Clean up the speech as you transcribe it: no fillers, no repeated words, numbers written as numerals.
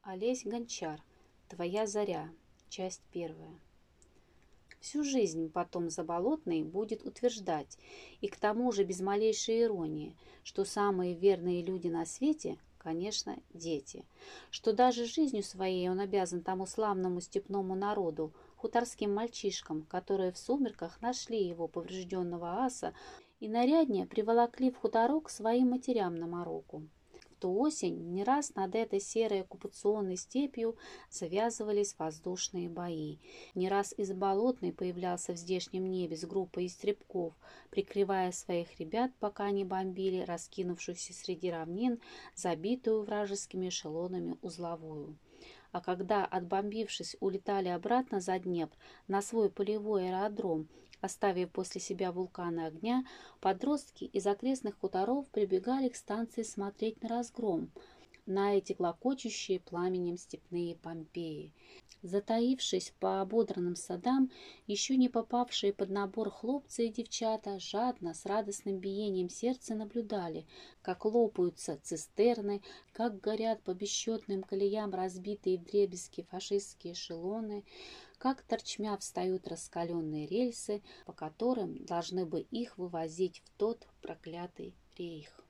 Олесь Гончар. Твоя заря. Часть первая. Всю жизнь потом Заболотный будет утверждать, и к тому же без малейшей иронии, что самые верные люди на свете, конечно, дети, что даже жизнью своей он обязан тому славному степному народу, хуторским мальчишкам, которые в сумерках нашли его поврежденного аса и наряднее приволокли в хуторок своим матерям на мороку. В ту осень не раз над этой серой оккупационной степью завязывались воздушные бои. Не раз из Болотной появлялся в здешнем небе с группой истребков, прикрывая своих ребят, пока они бомбили раскинувшуюся среди равнин, забитую вражескими эшелонами узловую. А когда, отбомбившись, улетали обратно за Днепр на свой полевой аэродром, оставив после себя вулканы огня, подростки из окрестных хуторов прибегали к станции смотреть на разгром, на эти клокочущие пламенем степные Помпеи. Затаившись по ободранным садам, еще не попавшие под набор хлопцы и девчата жадно, с радостным биением сердца наблюдали, как лопаются цистерны, как горят по бесчетным колеям разбитые вдребезги фашистские эшелоны, как торчмя встают раскаленные рельсы, по которым должны бы их вывозить в тот проклятый рейх.